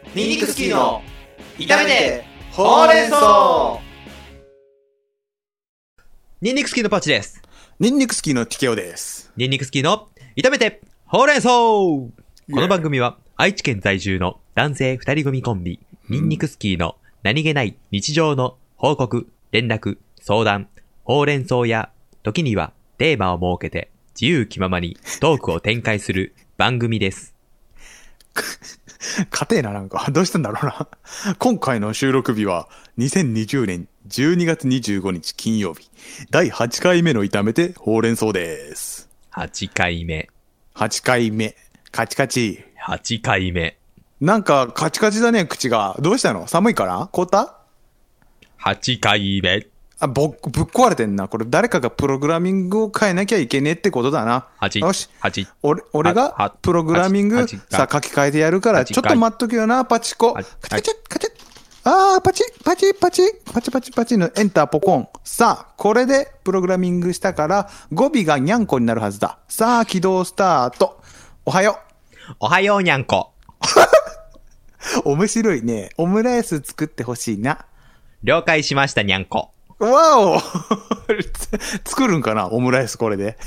ニンニクスキーの炒めてほうれん草。 ニンニクスキーのパッチです。 ニンニクスキーのティケオです。 ニンニクスキーの炒めてほうれん草。この番組は愛知県在住の男性二人組コンビ、ニンニクスキーの何気ない日常の報告、連絡、相談、ほうれん草や時にはテーマを設けて自由気ままにトークを展開する番組です。 硬えな、なんか。どうしたんだろうな。今回の収録日は2020年12月25日金曜日。第8回目の炒めてほうれん草です。 8回目。 8回目。カチカチ。 8回目。 なんかカチカチだね、口が。どうしたの？寒いかな？凍った？ 8回目。 ぶっ壊れてんな。これ誰かがプログラミングを変えなきゃいけねえってことだな。よし。俺がプログラミングさ、書き換えてやるから、ちょっと待っとけよな、パチコ。カチカチカチ。パチパチのエンターポコン。さあ、これでプログラミングしたから、語尾がニャンコになるはずだ。さあ、起動スタート。おはよう。おはよう、ニャンコ。 面白いね。オムライス作ってほしいな。 了解しました、ニャンコ。 わお作るんかなオムライスこれで。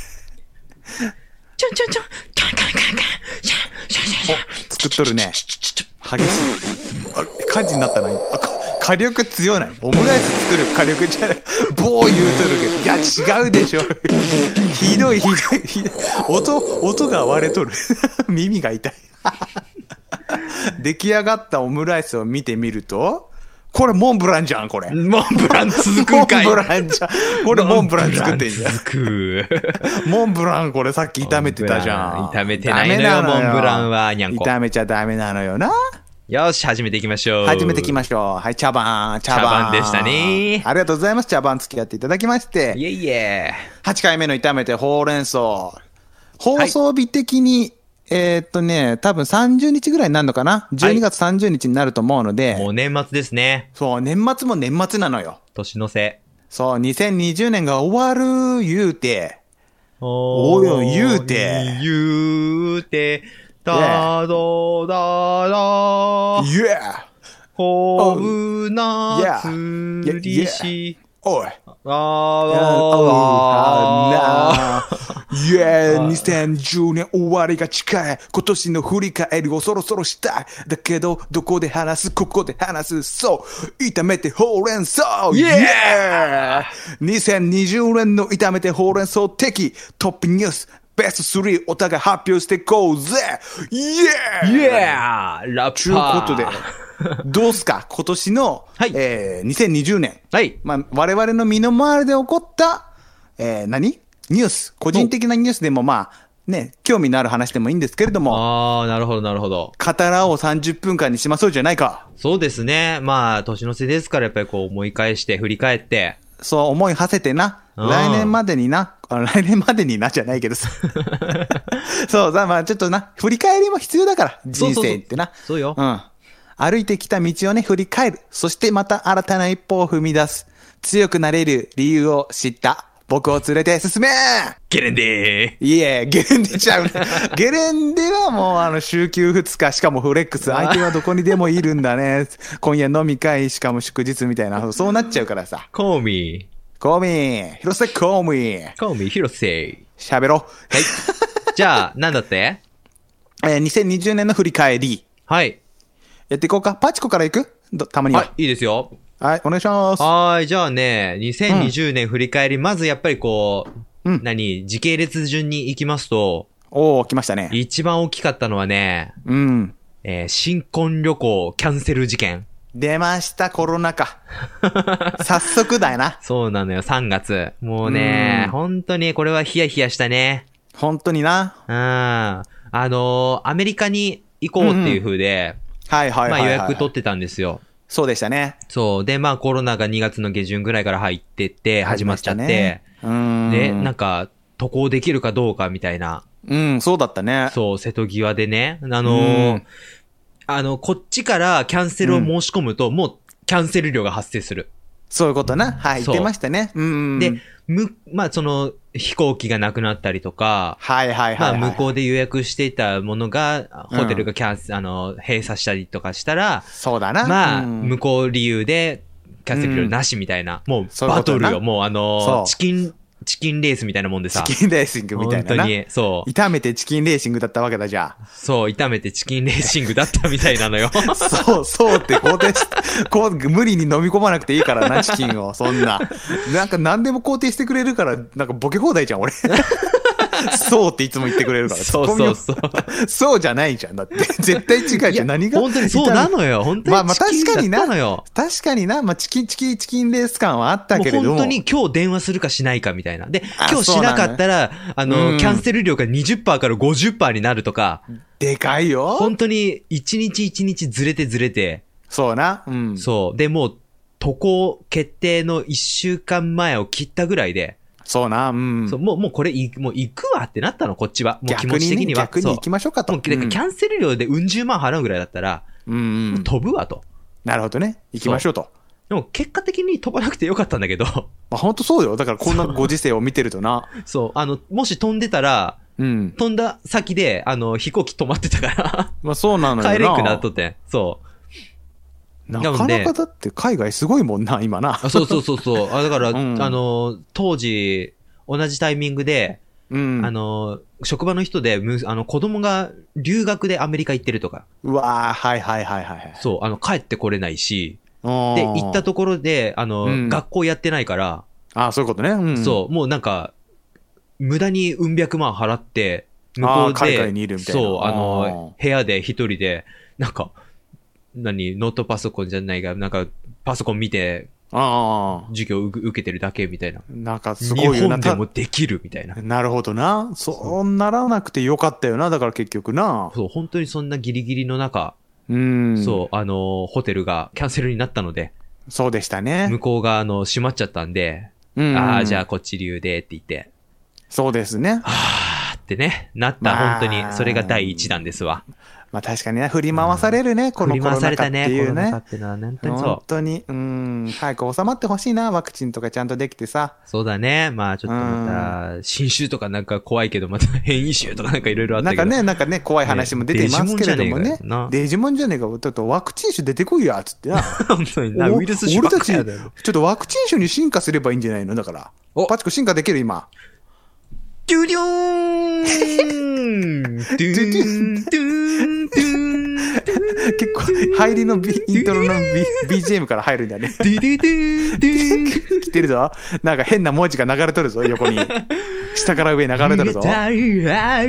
作っとるね。激しい。火事になったな。火力強ない。オムライス作る火力じゃない。棒言うとるけど。いや、違うでしょ。ひどい。音が割れとる。耳が痛い。出来上がったオムライスを見てみると、これモンブランじゃん、これ。 モンブラン続くんかい。 モンブランじゃん。これモンブラン作ってんじゃん。モンブランこれさっき炒めてたじゃん。 炒めてないのよ、モンブランは、にゃんこ。 炒めちゃダメなのよな。 よし、始めていきましょう。 始めていきましょう。はい、茶番でしたね。 ありがとうございます。茶番付き合っていただきまして。 いえいえ。 8回目の炒めてほうれん草。放送日的に、多分30日ぐらいになるのかな、12月30日になると思うので。 もう年末ですね。 そう、年末も年末なのよ。 年の瀬。 そう、2020年が終わる言うて。言うて。 だどだだ。ほうなつりし。 おい。2010年終わりが近い。今年の振り返りをそろそろしたい。だけど、どこで話す？ここで話す。そう。炒めてほうれん草。2020年の炒めてほうれん草的トップニュース。ベスト3お互い発表していこうぜ。 ラッパー。 ということで。どうすか今年の、2020年。 はい。 まあ、我々の身の回りで起こった、ニュース。個人的なニュースでもまあ、ね、興味のある話でもいいんですけれども。 なるほど、なるほど。 語らを30分間にしましょうじゃないか。 そうですね。まあ、年の瀬ですから、やっぱりこう思い返して、振り返って。 そう思い馳せてな。来年までになじゃないけどさ。そう、まあちょっとな、振り返りも必要だから、人生ってな。 そうよ。 うん。歩いてきた道をね、振り返る。そしてまた新たな一歩を踏み出す。強くなれる理由を知った。僕を連れて進めゲレンデー。 いえ、ゲレンデちゃうね。ゲレンデはもう週休2日、しかもフレックス。相手はどこにでもいるんだね。今夜飲み会、しかも祝日みたいな。そうなっちゃうからさ。 コーミー。広瀬コーミー。 広瀬。 喋ろう。 はい。じゃあ、なんだって 2020年の振り返り。 はい。 やっていこうか。パチコから行く？たまには。 はい、いいですよ。 はい、お願いします。 はい、じゃあね、2020年振り返り、まずやっぱりこう、時系列順に行きますと、 来ましたね。 一番大きかったのはね、新婚旅行キャンセル事件。 出ました、コロナ禍。早速だよな。 そうなのよ、3月。もうね、本当にこれはヒヤヒヤしたね。 本当にな。 アメリカに行こうっていう風で、まあ予約取ってたんですよ。 そうでしたね。 そう。で、まあコロナが2月の下旬ぐらいから入ってって、始まっちゃって、で、なんか、渡航できるかどうかみたいな。 そうだったね。 そう、瀬戸際でね。こっちからキャンセルを申し込むと、もうキャンセル料が発生する。 そういうことな。はい、言ってましたね。 で、まあ、飛行機がなくなったりとか、 はいはいはい。 まあ、向こうで予約していたものが、ホテルが閉鎖したりとかしたら、 そうだな。 まあ、向こう理由で、キャンセル料なしみたいな。もう、バトルよ。もうチキンレースみたいなもんでさ。 チキンレーシングみたいなな。 本当に、そう。 炒めてチキンレーシングだったわけだじゃあ。 そう、炒めてチキンレーシングだったみたいなのよ。 そうって無理に飲み込まなくていいからな、チキンを。そんな。なんか何でも肯定してくれるから、なんかボケ放題じゃん、俺。そうっていつも言ってくれるから。 そう。 そうじゃないじゃん。だって。絶対違うじゃん。何が。 本当にそうなのよ。本当にチキンだったのよ。 確かにな。まあ、チキンレース感はあったけれども。 本当に今日電話するかしないかみたいな。で、今日しなかったら、キャンセル料が 20% から 50% になるとか。 でかいよ。 本当に1日1日ずれて。 そうな。 そう。で、もう、渡航決定の1週間前を切ったぐらいで。 そうな、 そう、もうこれもう行くわってなったの、こっちは。もう気持ち的には。 逆に行きましょうかと。 もうキャンセル料で10万払うぐらいだったら、もう飛ぶわと。 なるほどね。行きましょうと。 でも結果的に飛ばなくてよかったんだけど。まあ本当そうよ。だからこんなご時世を見てるとな。 そう。もし飛んでたら、飛んだ先で、飛行機止まってたから。 まあそうなのよな。 帰れんくなっとって。そう。 なかなかだって海外すごいもんな、今な。 そう。だから、当時、同じタイミングで、職場の人で、子供が留学でアメリカ行ってるとか。 うわー、はい。 そう、帰ってこれないし、で、行ったところで、学校やってないから。 そういうことね。 そう、もうなんか、無駄にうん百万払って、向こうで、 海外にいるみたいな。 そう、部屋で一人で、なんか、ノートパソコンじゃないが、なんか、パソコン見て、授業受けてるだけみたいな。 なんかすごいよな。 日本でもできるみたいな。 なるほどな。そうならなくてよかったよな。だから結局な。 そう、本当にそんなギリギリの中、そう、ホテルがキャンセルになったので。 そうでしたね。 向こうが閉まっちゃったんで、じゃあこっち流でって言って。 そうですね。 ってね、なった、本当に、それが第一弾ですわ。 まあ確かにね、振り回されるね、このコロナ禍っていうね。 コロナ禍ってのは本当にそう。 本当に、早く収まってほしいな、ワクチンとかちゃんとできてさ。 そうだね。まあちょっとまた、新種とかなんか怖いけど、また変異種とかなんかいろいろあったけど。 なんかね、怖い話も出てますけれどもね。デジモンじゃねえか。ちょっとワクチン種出てこいや、つってな。 本当にな、ウイルス種ばっかりだよ。 ちょっとワクチン種に進化すればいいんじゃないのだから。パチコ進化できる今。 ドゥリョーンドゥーンドゥーンドゥーン結構、入りのイントロの BGM から入るんだね。 ドゥドゥドゥドゥ来てるぞ。なんか変な文字が流れとるぞ、横に。下から上に流れとるぞ。はい、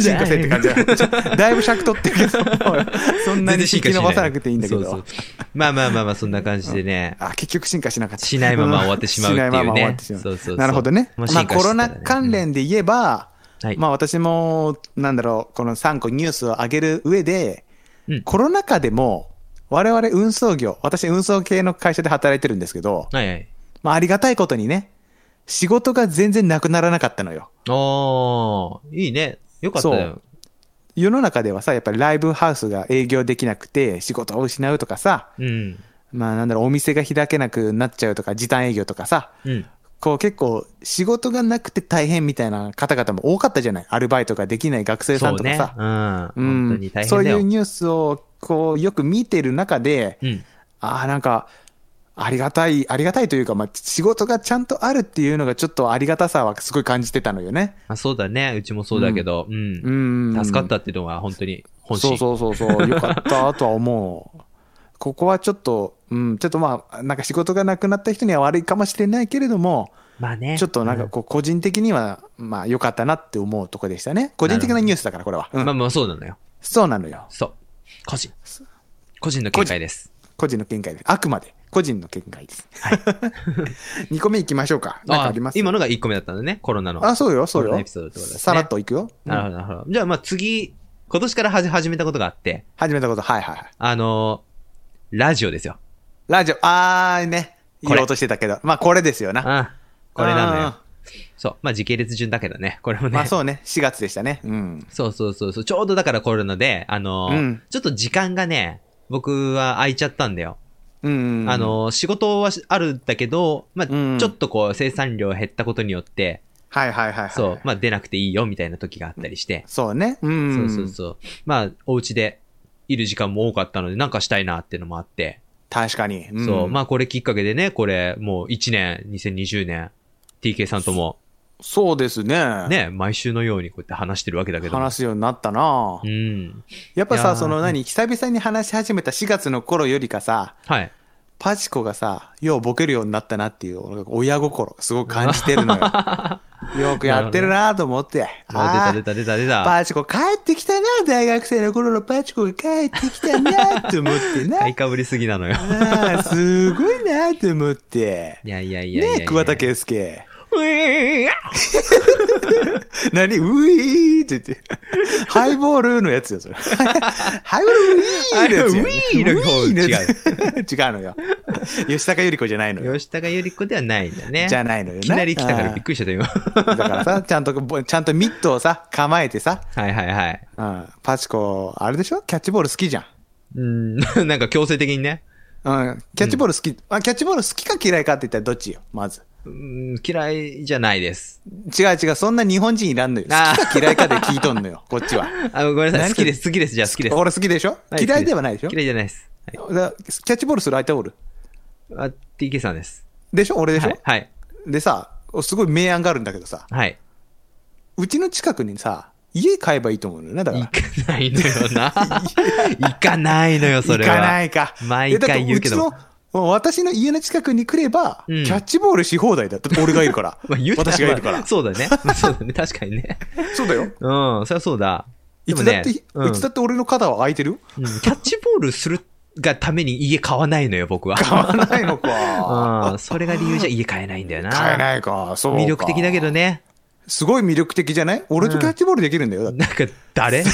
進化せって感じだ。だいぶ尺取ってるけど、そんなに引き伸ばさなくていいんだけど。 まあ、そんな感じでね。 結局進化しなかった。 しないまま終わってしまうっていうね。しないまま終わってしまう。そう。 なるほどね。まあコロナ関連で言えば、まあ私も、この3個ニュースを上げる上で、コロナ禍でも、我々運送業、私運送系の会社で働いてるんですけど、まあありがたいことにね、仕事が全然なくならなかったのよ。 いいね。よかったよ。 世の中ではさ、やっぱりライブハウスが営業できなくて仕事を失うとかさ、まあお店が開けなくなっちゃうとか、時短営業とかさ、こう結構仕事がなくて大変みたいな方々も多かったじゃない。アルバイトができない学生さんとかさ。 本当に大変だよ。 そういうニュースをこうよく見てる中で、なんかありがたいというか、まあ仕事がちゃんとあるっていうのがちょっとありがたさはすごい感じてたのよね。 そうだね。うちもそうだけど、助かったっていうのは本当に本心。 そう。よかったとは思う。ここはちょっと、ちょっとまあ、なんか仕事がなくなった人には悪いかもしれないけれども、 まあね。 ちょっとなんかこう、個人的には、まあ良かったなって思うとこでしたね。個人的なニュースだから、これは。 まあそうなのよ。 そうなのよ。 そう。個人の見解です。 個人の見解です。あくまで、個人の見解です。はい。2個目行きましょうか。なんかあります？ 今のが1個目だったんだね、コロナの。 そうよ。 コロナエピソードってことですね。 さらっといくよ。 なるほど。じゃあまあ次、今年から始めたことがあって。 始めたこと、はい。 ラジオですよ。 ラジオ、ね。言おうとしてたけど。まあ、これですよな。 これなのよ。そう。まあ、時系列順だけどね。これもね。 まあ、そうね。4月でしたね。 そう。ちょうどだからコロナで、ちょっと時間がね、僕は空いちゃったんだよ。 仕事はあるんだけど、まあ、ちょっとこう生産量減ったことによって、そう、まあ出なくていいよみたいな時があったりして。 そうね。 そう。まあ、お家でいる時間も多かったので、なんかしたいなっていうのもあって。 確かに。 そう、まあこれきっかけでね、これもう1年、2020年、TK さんとも。 そうですね。 ね、毎週のようにこうやって話してるわけだけど。 話すようになったな。やっぱさ、久々に話し始めた4月の頃よりかさ、パチコがさ、ようボケるようになったなっていう、親心、すごく感じてるのよ。よくやってるなと思って。 出た。 パチコ帰ってきたな、大学生の頃のパチコが帰ってきたなって思ってな。 買いかぶりすぎなのよ。 すごいなって思って。 いや。 ね、桑田佳祐。何ウィーって言って。ハイボールのやつよ、それ。ハイボールウィーのやつよ。 ウィーの方違う。 違うのよ。吉高由里子じゃないのよ。 吉高由里子ではないんだね。 じゃないのよね。 いきなり来たからびっくりしちゃった今。 だからさ、ちゃんとミットをさ、構えてさ。パチコ、あれでしょキャッチボール好きじゃん。 なんか強制的にね。 キャッチボール好き。キャッチボール好きか嫌いかって言ったらどっちよ、まず。 嫌いじゃないです。 違う、そんな日本人いらんのよ。好きか嫌いかで聞いとんのよ、こっちは。 ごめんなさい、好きです、じゃあ好きです。 俺好きでしょ嫌いではないでしょ嫌いじゃないです。 キャッチボールする相手おる TK さんです。 でしょ俺でしょはい。 でさ、すごい明暗があるんだけどさ。 はい。 うちの近くにさ、家買えばいいと思うのよね、だから。 行かないのよな。行かないのよ、それは。 行かないか。 毎回言うけど。 私の家の近くに来れば、キャッチボールし放題だ。俺がいるから。私がいるから。 そうだね。そうだね。確かにね。 そうだよ。 そりゃそうだ。 いつだって俺の肩は空いてるよ。 キャッチボールするがために家買わないのよ、僕は。 買わないのか。 それが理由じゃ家買えないんだよな。 買えないか、そうか。 魅力的だけどね。 すごい魅力的じゃない俺とキャッチボールできるんだよ。 なんか、誰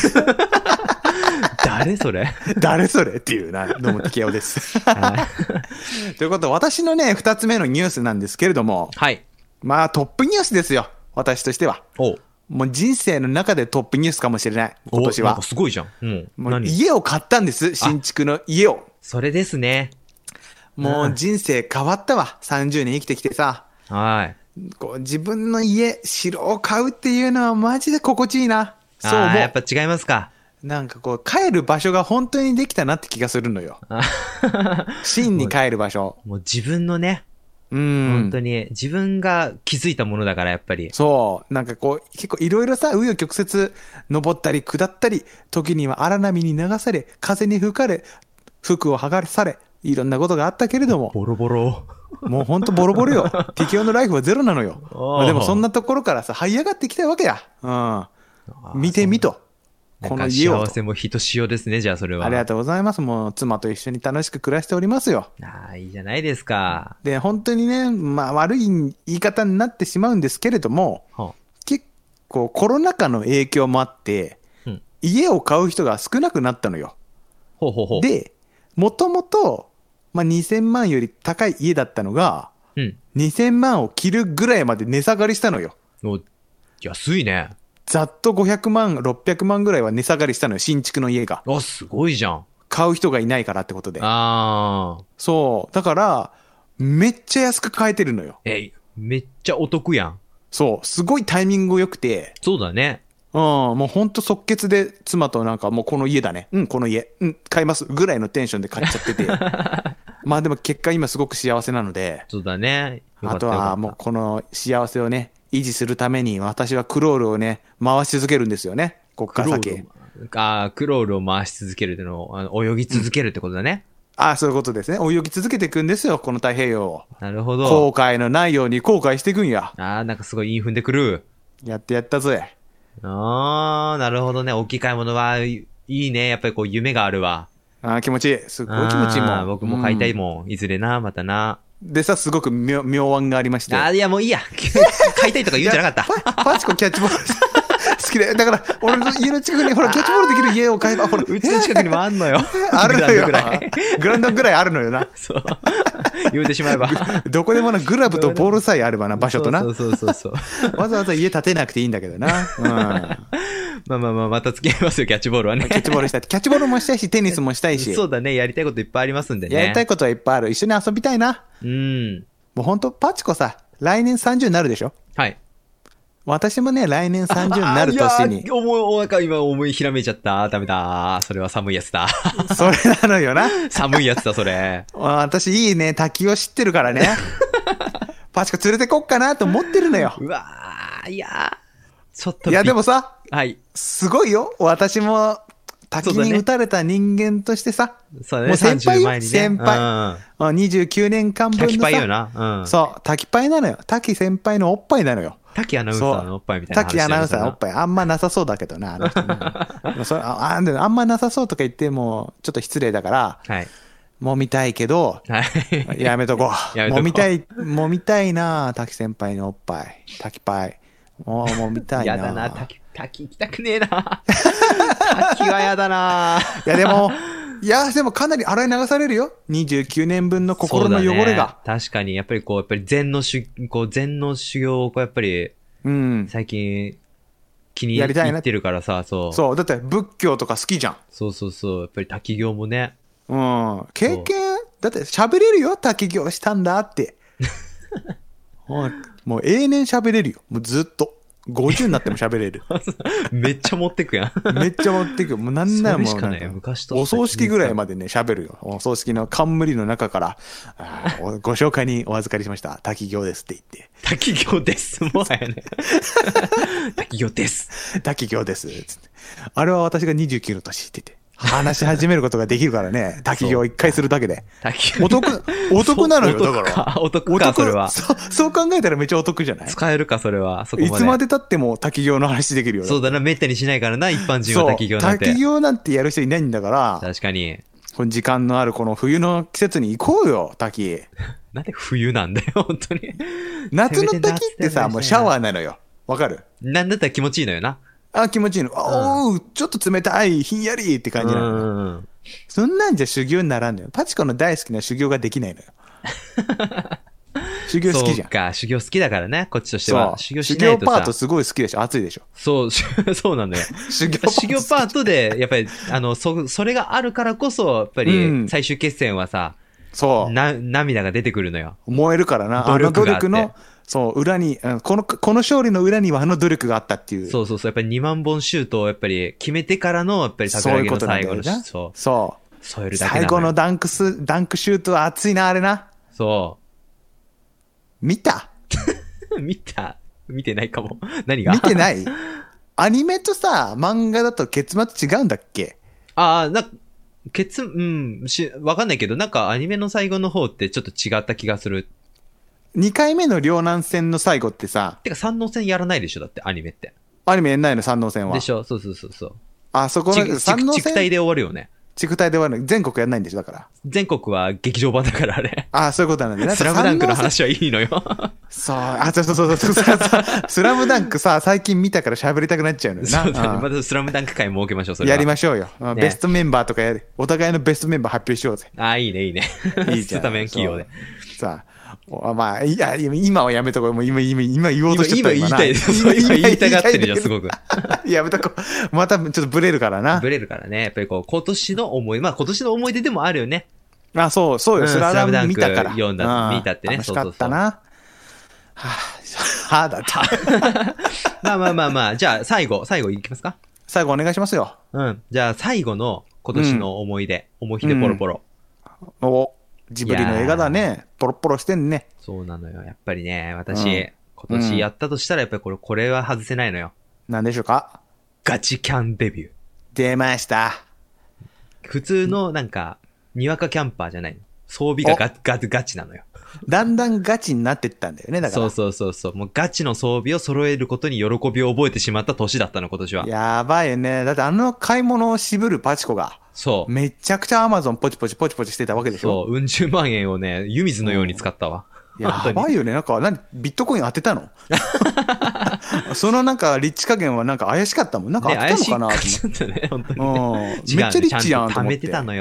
それ誰それっていうな、どうも、TKO です。ということで、私のね、二つ目のニュースなんですけれども。 はい。 まあ、トップニュースですよ。私としては。もう人生の中でトップニュースかもしれない。今年は。 なんかすごいじゃん。 もう家を買ったんです。新築の家を。 それですね。 もう人生変わったわ。30年生きてきてさ。 はい。 こう自分の家、城を買うっていうのはマジで心地いいな。 そう思う。やっぱ違いますか。 なんかこう、帰る場所が本当にできたなって気がするのよ。真に帰る場所。 もう自分のね。本当に自分が気づいたものだからやっぱり。 そう。なんかこう、結構いろいろさ、紆余曲折、登ったり下ったり、時には荒波に流され、風に吹かれ、服を剥がされ、いろんなことがあったけれども。 ボロボロ。 もうほんとボロボロよ。TKO のライフはゼロなのよ。でもそんなところからさ、這い上がってきたわけや。見てみと。 この家を。幸せもひとしおですね、じゃあそれは。 ありがとうございます。もう妻と一緒に楽しく暮らしておりますよ。 いいじゃないですか。 で、本当にね、まあ悪い言い方になってしまうんですけれども、結構コロナ禍の影響もあって、家を買う人が少なくなったのよ。で、もともと、まあ、2000万より高い家だったのが、2000万を切るぐらいまで値下がりしたのよ。 安いね。 ざっと500万、600万ぐらいは値下がりしたのよ、新築の家が。 すごいじゃん。 買う人がいないからってことで。そう。だから、めっちゃ安く買えてるのよ。 めっちゃお得やん。 そう。すごいタイミング良くて。 そうだね。 もうほんと即決で妻となんかもうこの家だね。この家。買います。ぐらいのテンションで買っちゃってて。まあでも結果今すごく幸せなので。 そうだね。 あとはもうこの幸せをね、維持するために私はクロールをね、回し続けるんですよね。こっから先。 クロールを回し続けるってのを、泳ぎ続けるってことだね。 そういうことですね。泳ぎ続けていくんですよ、この太平洋を。 なるほど。 後悔のないように後悔していくんや。 なんかすごい韻踏んでくる。 やってやったぜ。 なるほどね。大きい買い物はいいね。やっぱりこう夢があるわ。 気持ちいい。すごい気持ちいいもん。 僕も買いたいもん。いずれな、またな。 でさ、すごく妙案がありまして。 いやもういいや。買いたいとか言うんじゃなかった。 パチコキャッチボール好きで。だから、俺の家の近くにほら、キャッチボールできる家を買えば、ほら。 うちの近くにもあんのよ。 あるのよ。グラウンドぐらいあるのよな。 そう。言うてしまえば。 どこでもな、グラブとボールさえあればな、場所とな。 そう。 わざわざ家建てなくていいんだけどな。 また付き合いますよ、キャッチボールはね。 キャッチボールしたい。キャッチボールもしたいし、テニスもしたいし。 そうだね、やりたいこといっぱいありますんでね。 やりたいことはいっぱいある。一緒に遊びたいな。もうほんと、パチコさ、来年30になるでしょ？ はい。 私もね、来年30になる年に。 お腹今思いひらめいちゃった。ダメだ。それは寒いやつだ。 それなのよな。 寒いやつだ、それ。 私いいね、滝を知ってるからね。パチコ連れてこっかなと思ってるのよ。 うわー、いやちょっと。 いやでもさ、 はい。 すごいよ。私も滝に打たれた人間としてさ。 そうだね。 もう先輩よ、 ね、 先輩。29年間分のさ。 滝パイよな。 そう、滝パイなのよ。滝先輩のおっぱいなのよ。 滝アナウンサーのおっぱいみたいな話。 滝アナウンサーのおっぱい。あんまなさそうだけどな、あの人あんまなさそうとか言っても、ちょっと失礼だから。はい。もみたいけど、はい、やめとこう。もみたいな、滝先輩のおっぱい。滝パイ。もみたいな。 やだな、滝行きたくねえな。滝はやだな。 いや、でもかなり洗い流されるよ。29年分の心の汚れが。 ね、確かに、やっぱり禅の修行をやっぱり、最近、気に入ってるからさ、そう。 そう、だって仏教とか好きじゃん。 そう。やっぱり滝行もね。 経験、だって喋れるよ、滝行したんだって。もう永年喋れるよ。もうずっと。50になっても喋れる。 めっちゃ持ってくやん。 めっちゃ持ってくよ。もうなんならもう昔とお葬式ぐらいまでね、喋るよ。お葬式の冠の中から、ご紹介にお預かりしました。滝行ですって言って。 滝行です。もはやね。滝行です。 滝行です。あれは私が29の年って言って。話し始めることができるからね。滝行一回するだけで。お得なのよ、だから。 お得か、それは。 そう考えたらめっちゃお得じゃない？ 使えるか、それは。そこまで。 いつまで経っても滝行の話できるよ。 そうだな、めったにしないからな、一般人は滝行なんて。 滝行なんてやる人いないんだから。 確かに。 この時間のあるこの冬の季節に行こうよ、滝。 なんで冬なんだよ、本当に。 夏の滝ってさ、もうシャワーなのよ。わかる？ なんだったら気持ちいいのよな。 気持ちいいの。ちょっっと冷たい、ひんやりって感じなの。そんなんじゃ修行にならんのよ。パチコの大好きな修行ができないのよ。修行好きじゃん。 そうか、修行好きだからね、こっちとしては。 修行パートすごい好きでしょ。暑いでしょ。 そうなんだよ。修行パートで、やっぱり、それがあるからこそ、やっぱり、最終決戦はさ、涙が出てくるのよ。 燃えるからな。努力の、裏に、この勝利の裏には努力があったっていう。 そう。やっぱり2万本シュートをやっぱり決めてからの、やっぱり桜木の最後のシュート。添えるだけ最後のダンクシュートは熱いな、あれな。見た見てないかも。何が？ 見てない？アニメとさ、漫画だと結末違うんだっけ？ わかんないけど、なんかアニメの最後の方ってちょっと違った気がする。 2回目の両南戦の最後ってさ。 てか三能戦やらないでしょだってアニメって。 アニメやんないの三能戦は。 でしょそう。 そこの三能戦。地区隊で終わるよね。 地区隊で終わるの。全国やんないんでしょだから。 全国は劇場版だからあれ。 そういうことなんだね。 スラムダンクの話はいいのよ。 そう。スラムダンクさ、最近見たから喋りたくなっちゃうのよな。 そうだね。またスラムダンク会設けましょう、それは。 やりましょうよ。ベストメンバーとかやる。お互いのベストメンバー発表しようぜ。 いいね。いいじゃん。スタメン企業で。 さあ、今はやめとこう。もう今言おうとしてた。 今言いたいです。今言いたがってるじゃん、すごく。 やめとこう。またちょっとブレるからな。 ブレるからね。やっぱり今年の思い出でもあるよね。 そうよ。スラムダンク見たから。 見たってね。 楽しかったな。だった。 まあ。じゃあ、最後いきますか？ 最後お願いしますよ。 じゃあ、最後の今年の思い出ポロポロ。 ジブリの映画だね。ポロポロしてんね。 そうなのよ。やっぱりね、私、今年やったとしたら、やっぱりこれは外せないのよ。 何でしょうか？ ガチキャンデビュー。 出ました。 普通のなんか、にわかキャンパーじゃないの。装備がガチなのよ。 だんだんガチになってったんだよね、だから。 そう。もうガチの装備を揃えることに喜びを覚えてしまった年だったの、今年は。 やばいよね。だって買い物を渋るパチコが。めちゃくちゃアマゾンポチポチしてたわけでしょ。 十万円をね、湯水のように使ったわ。 やばいよね。ビットコイン当てたの？そのリッチ加減は怪しかったもん。当てたのかなと思って。 ね、本当に。 めっちゃリッチやんと思って。 貯めてたのよ。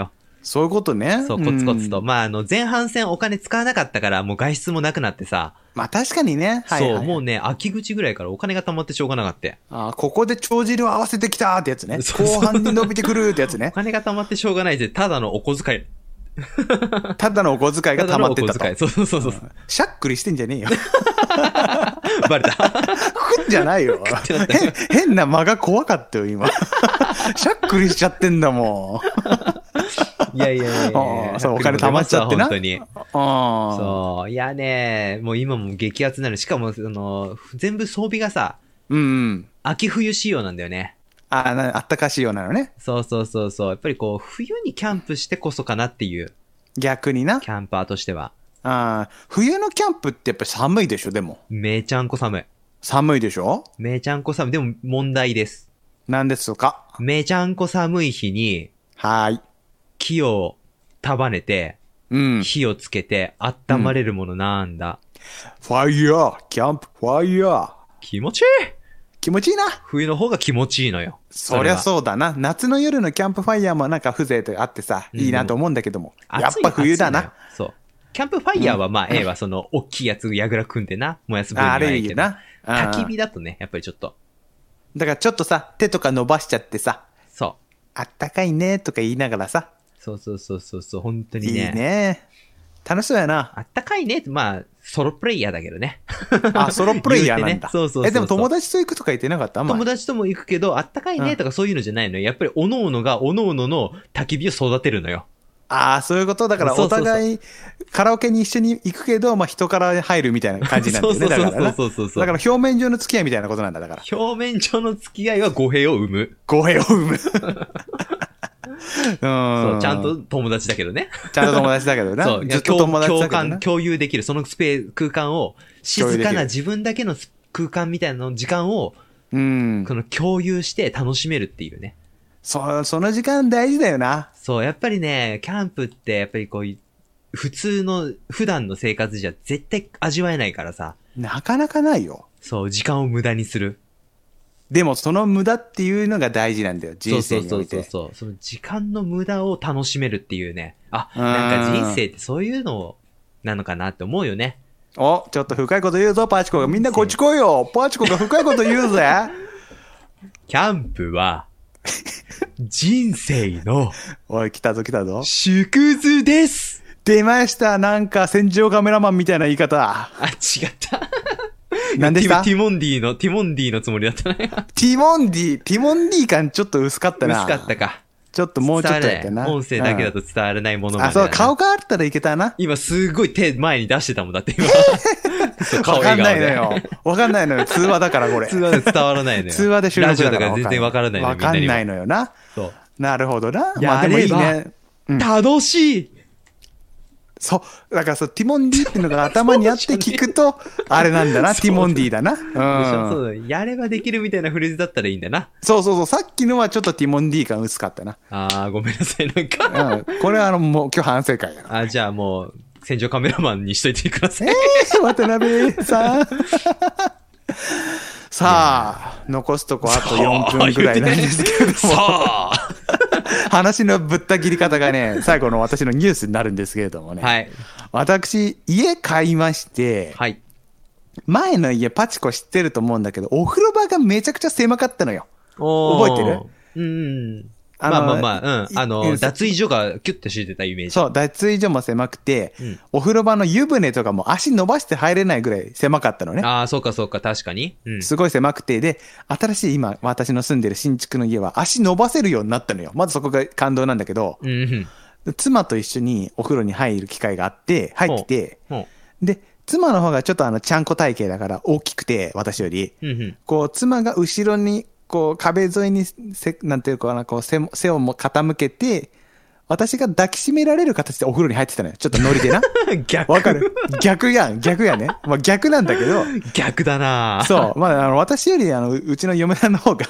そういうことね。 そう、コツコツと。まあ、前半戦お金使わなかったから、もう外出もなくなってさ。 まあ確かにね。 はいはいはい、そう、もうね、秋口ぐらいからお金が貯まってしょうがなかった。 ああ、ここで帳尻を合わせてきたってやつね。後半に伸びてくるってやつね。 お金が貯まってしょうがないで、ただのお小遣い。 ただのお小遣いが溜まってたと。 そうそうそう。 しゃっくりしてんじゃねえよ。 バレた。 くんじゃないよ。変な間が怖かったよ、今。しゃっくりしちゃってんだもん。いやいやいやそう、お金溜まっちゃってな。 本当に。そう。いやね、もう今も激アツになる。しかも、全部装備がさ、秋冬仕様なんだよね。 あったか仕様なのね。 そうそうそうそう。やっぱりこう、冬にキャンプしてこそかなっていう。 逆にな。 キャンパーとしては。 冬のキャンプってやっぱり寒いでしょ、でも。 めちゃんこ寒い。 寒いでしょ？ めちゃんこ寒い。でも問題です。 何ですか？ めちゃんこ寒い日に、木を束ねて、火をつけて温まれるものなんだ。 ファイヤー、キャンプファイヤー。 気持ちいい。 気持ちいいな。 冬の方が気持ちいいのよ。 そりゃそうだな。夏の夜のキャンプファイヤーもなんか風情とあってさ、いいなと思うんだけども。やっぱ冬だな。 そう。キャンプファイヤーはまあ、はその、大きいやつ、やぐら組んでな、燃やす分にはいいけど。焚き火だとね、やっぱりちょっと。 だからちょっとさ、手とか伸ばしちゃってさ。 そう。 あったかいねとか言いながらさ。 そうそうそうそう、本当にね。 いいね。楽しそうやな。 あったかいねって、まあ、ソロプレイヤーだけどね。 ソロプレイヤーなんだ。 そうそうそう。 でも友達と行くとか言ってなかった？ 友達とも行くけど、あったかいねとかそういうのじゃないのよ。やっぱり、各々が各々の焚き火を育てるのよ。 そういうこと。だから、お互い、カラオケに一緒に行くけど、まあ、人から入るみたいな感じなんだよね。だからそうそう。 だから、表面上の付き合いみたいなことなんだ、だから。 表面上の付き合いは語弊を生む。 語弊を生む。 そう、ちゃんと友達だけどね。 ちゃんと友達だけどね。そう、ずっと友達だけどね。 共有できる、その空間を、静かな自分だけの空間みたいな時間を、この共有して楽しめるっていうね。 その時間大事だよな。 そう、やっぱりね、キャンプって、やっぱりこういう、普段の生活じゃ絶対味わえないからさ。 なかなかないよ。 そう、時間を無駄にする。 でも、その無駄っていうのが大事なんだよ、人生において。 そう。その時間の無駄を楽しめるっていうね。なんか人生ってそういうのなのかなって思うよね。 ちょっと深いこと言うぞ、パチコが。みんなこっち来いよ。パチコが深いこと言うぜ。 キャンプは、人生の、 おい、来たぞ。 縮図です。 出ました。なんか、戦場カメラマンみたいな言い方。 違った。 何でしたティモンディのつもりだったね。 ティモンディ感ちょっと薄かったな。 薄かったか。 ちょっともうちょっとやってな。 音声だけだと伝わらないものまで。 そう、顔があったらいけたな。 今すごい手前に出してたもんだって今。 わかんないのよ。通話だからこれ。 通話で伝わらないのよ。 通話で収録だから。 ラジオとか全然わからないのよ。 わかんないのよな。 そう。 なるほどな。 まあでもいいね。楽しい。 そう。だからティモンディっていうのが頭にあって聞くと、あれなんだな、ティモンディだな。 そう。やればできるみたいなフレーズだったらいいんだな。 そう。さっきのはちょっとティモンディ感薄かったな。 ごめんなさい、なんか。 これはもう今日反省会やな。 じゃあもう、戦場カメラマンにしといてください。 渡辺さん。さあ、残すとこあと4分ぐらいなんですけれども。さあ。話のぶった切り方がね、最後の私のニュースになるんですけれどもね。 はい。 私、家買いまして、 はい。 前の家パチコ知ってると思うんだけど、お風呂場がめちゃくちゃ狭かったのよ。覚えてる？ まあ、脱衣所がキュッと敷いてたイメージ。 そう、脱衣所も狭くて、お風呂場の湯船とかも足伸ばして入れないぐらい狭かったのね。 そうか、確かに。 すごい狭くて、で、新しい今、私の住んでる新築の家は足伸ばせるようになったのよ。まずそこが感動なんだけど、妻と一緒にお風呂に入る機会があって、入って、で、妻の方がちょっとちゃんこ体型だから大きくて、私より、こう、妻が後ろに、こう、壁沿いになんていうかな、こう、背をも傾けて、私が抱きしめられる形でお風呂に入ってたのよ。ちょっとノリでな。 逆。 わかる？逆やね。まあ逆なんだけど。 逆だなそう。まあ私よりうちの嫁さんの方が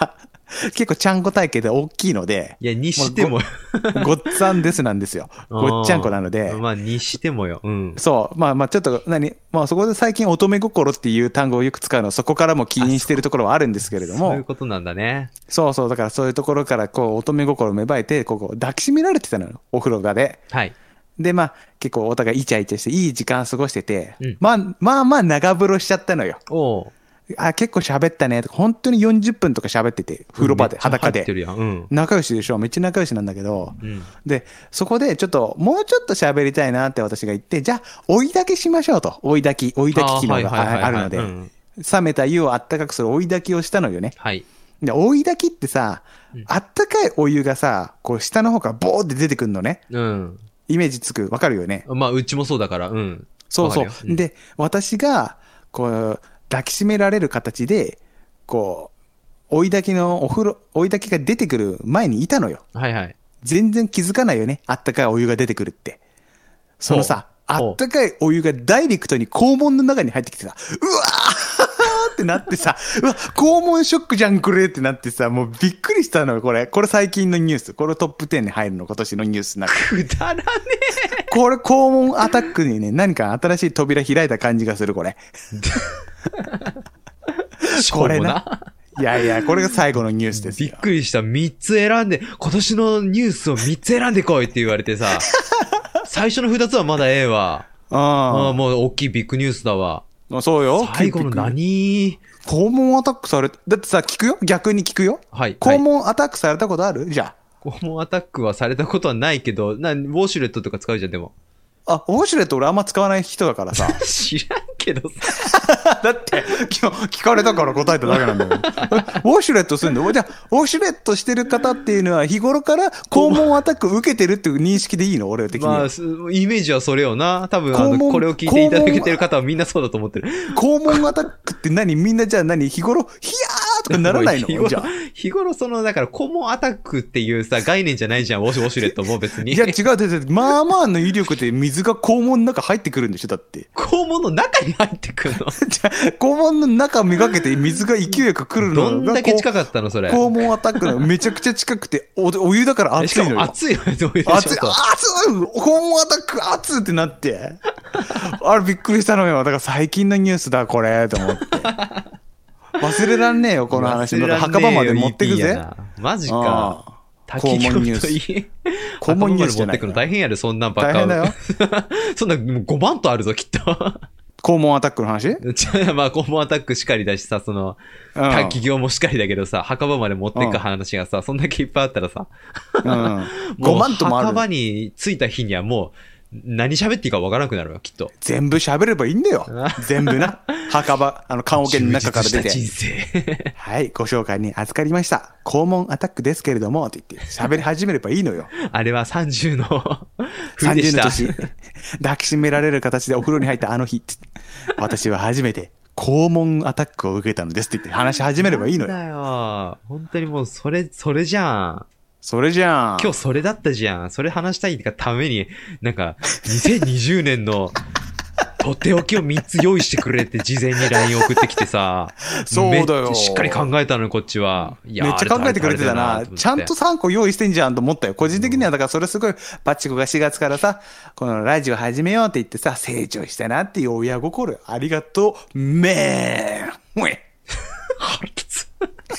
結構ちゃんこ体型で大きいので。 いや、にしても。 ごっつぁんですなんですよ。ごっちゃんこなので。 まあ、にしてもよ。うん。 そう。まあ、ちょっと、まあ、そこで最近乙女心っていう単語をよく使うのは、そこからも起因しているところはあるんですけれども。 そういうことなんだね。 そうそう。だからそういうところから、こう、乙女心を芽生えて、ここ、抱きしめられてたのよ。お風呂場で。 はい。 で、まあ、結構お互いイチャイチャして、いい時間過ごしてて、まあ、長風呂しちゃったのよ。結構喋ったねとか、本当に40分とか喋ってて、風呂場で、裸で。仲良しでしょ、めっちゃ仲良しなんだけど、で、そこでちょっと、もうちょっと喋りたいなって私が言って、じゃあ、追い炊きしましょうと。追い炊き機能があるので、冷めた湯をあったかくする追い炊きをしたのよね。 はい。 で、追い炊きってさ、あったかいお湯がさ、こう下の方からボーって出てくるのね。イメージつく、わかるよね。 まあ、うちもそうだから、 そうそう。で、私が、こう、抱きしめられる形で、こう、追い炊きが出てくる前にいたのよ。 はいはい。 全然気づかないよね。あったかいお湯が出てくるって。そのさ、あったかいお湯がダイレクトに肛門の中に入ってきてさ、うわーってなってさ、うわ、肛門ショックじゃんこれってなってさ、もうびっくりしたのよ、これ最近のニュース。これトップ10に入るの、今年のニュースなんか。 くだらねえ。 これ肛門アタックにね、何か新しい扉開いた感じがする、これ。これな。いやいや、これが最後のニュースですよ。 びっくりした。3つ選んで、今年のニュースを3つ選んでこいって言われてさ、最初の2つはまだええわ。もう大きいビッグニュースだわ。 そうよ。 最後の何？ 肛門アタックされ、だってさ、聞くよ？逆に聞くよ？ はい。 肛門アタックされたことある？じゃあ。肛門アタックはされたことはないけど、ウォシュレットとか使うじゃん、でも。 ウォシュレット俺あんま使わない人だからさ。 知らんけどさ。 だって、聞かれたから答えただけなんだよ。ウォシュレットするんだよ。じゃあ、ウォシュレットしてる方っていうのは日頃から肛門アタック受けてるっていう認識でいいの？俺的に。まあ、 イメージはそれよな。多分これを聞いていただけてる方はみんなそうだと思ってる。 肛門アタックってみんなじゃあ日頃、ヒヤーとかならないの？じゃあ。 日頃だから肛門アタックっていうさ、概念じゃないじゃん、ウォシュレットも別に。 いや、違う。まあまあの威力で水が肛門の中入ってくるんでしょだって。 肛門の中に入ってくるの？ じゃあ、肛門の中めがけて水が勢いよく来るのが。 どんだけ近かったのそれ。 肛門アタックのめちゃくちゃ近くて、お湯だから熱いのよ。 熱いよね、どういう熱い、肛門アタック熱ってなって。あれびっくりしたのよ。だから最近のニュースだ、これ、と思って。忘れらんねえよ、この話。だから墓場まで持ってくぜ。 マジか。 肛門ニュース。 肛門ニュース持ってくの大変やる、そんなんばっか。 大変だよ。 そんな5万とあるぞ、きっと。 肛門アタックの話？ まあ、肛門アタックしかりだしさ、企業もしかりだけどさ、墓場まで持ってく話がさ、そんだけいっぱいあったらさ、 5万ともある。 墓場に着いた日にはもう、何喋っていいか分からなくなるわ、きっと。 全部喋ればいいんだよ。全部な。墓場、棺桶の中から出て。 人生。 はい、ご紹介に預かりました。肛門アタックですけれども、って言って喋り始めればいいのよ。 あれは30の 30の年。抱きしめられる形でお風呂に入ったあの日。私は初めて肛門アタックを受けたのですって言って話し始めればいいのよ。 なんだよ。本当にもうそれじゃん。 それじゃん。 今日それだったじゃん。それ話したいがために、2020年のとっておきを3つ用意してくれって事前に LINE 送ってきてさ。 そうだよ。 しっかり考えたのにこっちは。 いやめっちゃ考えてくれてたな。ちゃんと3個用意してんじゃんと思ったよ。個人的にはだからそれすごい、パチコが4月からさ、このラジオ始めようって言ってさ、成長したなっていう親心。ありがとう、めーん。うえ。 腹立つ。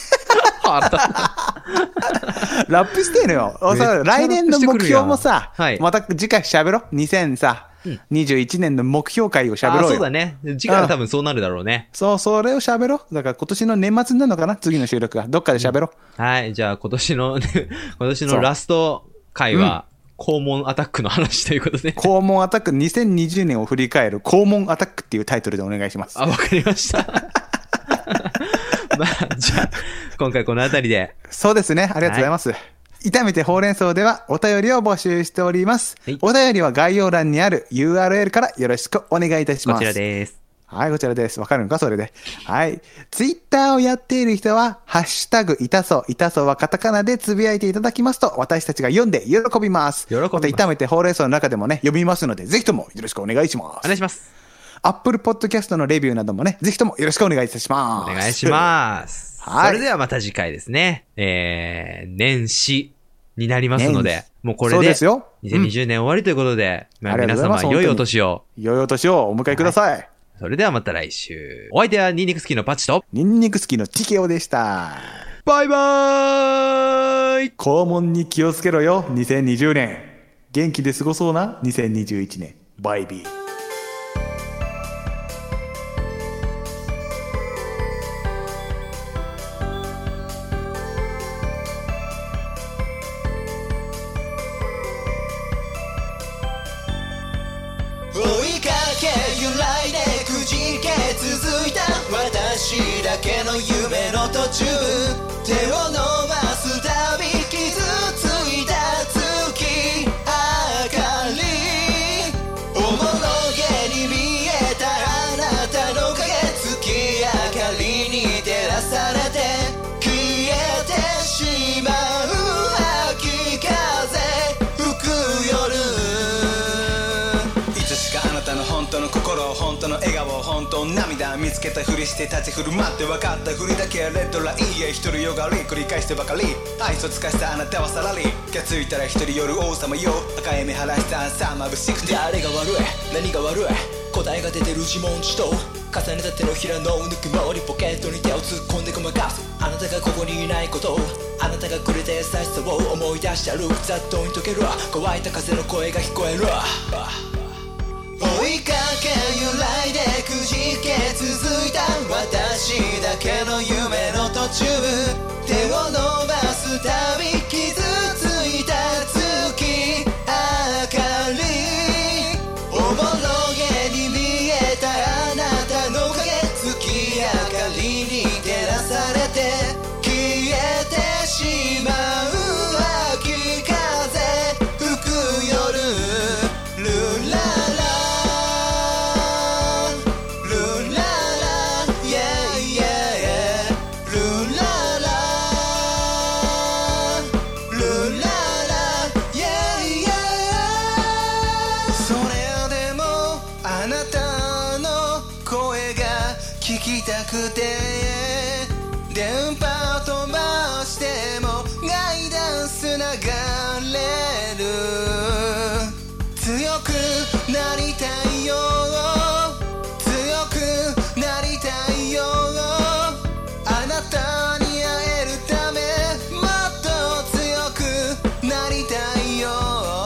ラップしてんのよ。来年の目標もさ、また次回喋ろう。2021年の目標会を喋ろうよ。 そうだね。次回は多分そうなるだろうね。 そう、それを喋ろう。だから今年の年末になるのかな？次の収録が。どっかで喋ろう。はい。じゃあ今年のラスト回は、肛門アタックの話ということで。 肛門アタック2020年を振り返る肛門アタックっていうタイトルでお願いします。 わかりました。まあ、じゃあ、今回このあたりで。 そうですね。ありがとうございます。炒めてほうれん草ではお便りを募集しております。お便りは概要欄にある URL からよろしくお願いいたします。 こちらです。 はい、こちらです。わかるのかそれで。はい。ツイッターをやっている人は、ハッシュタグ、いたそうはカタカナでつぶやいていただきますと、私たちが読んで喜びます。また炒めてほうれん草の中でもね、読みますので、ぜひともよろしくお願いします。 お願いします。 Apple Podcast のレビューなどもね、ぜひともよろしくお願いいたします。 お願いします。 はい。 それではまた次回ですね。年始になりますので、もうこれで、そうですよ。2020年終わりということで、皆様良いお年を。 良いお年をお迎えください。 それではまた来週。お相手はニンニクスキーのパチと、 ニンニクスキーのティケオでした。 バイバーイ。 肛門に気をつけろよ、2020年。元気で過ごそうな、2021年。バイビー。 私だけの夢の途中手を伸ばすたび傷ついた月明かりおもろげに見えたあなたの影月明かりに照らされて消えてしまう秋風吹く夜いつしかあなたの本当の心本当の笑顔本当の涙見つけたふりして立ち振る舞って分かったふりだけレッドラインへ一人よがり繰り返してばかり愛想つかしたあなたはさらり気がついたら一人夜王様よ赤い目晴らした朝眩しくて誰が悪い何が悪い答えが出てる自問自答重ねた手のひらのぬくもりポケットに手を突っ込んでごまかすあなたがここにいないことあなたがくれた優しさを思い出して歩くざっとに溶ける乾いた風の声が聞こえる追いかけ揺らいでくじけ続いた私だけの夢の途中手を伸ばすたび傷ついた月明かりおもろげに見えたあなたの影月明かりに照らされて消えてしまう秋風吹く夜ルラ聞きたくて電波飛ばしてもガイダンス流れる強くなりたいよ強くなりたいよあなたに会えるためもっと強くなりたいよ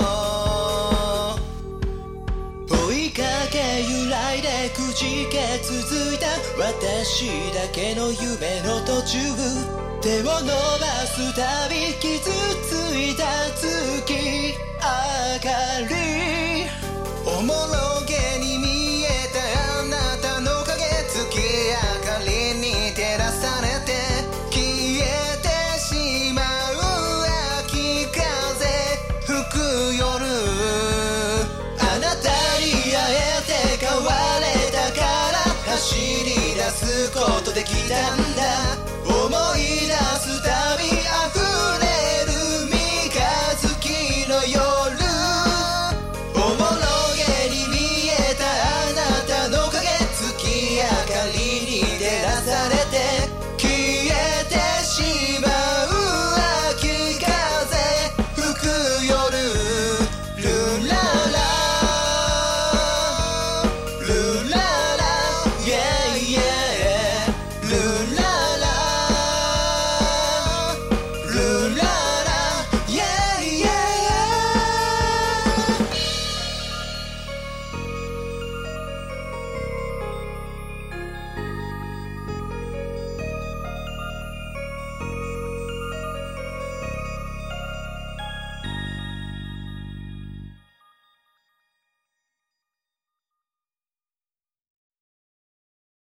追いかけ揺らいでくじけ続いた私だけの夢の途中手を伸ばすたび傷ついた月明かりおもろげに見えたあなたの影月明かりに照らされて消えてしまう秋風吹く夜あなたに会えて変われたから走り出すことできたんだ思い出すたび溢れる三日月の夜おもろげに見えたあなたの影月明かりに照らされて消えてしまう秋風吹く夜ルララルララ yeah yeah ルラ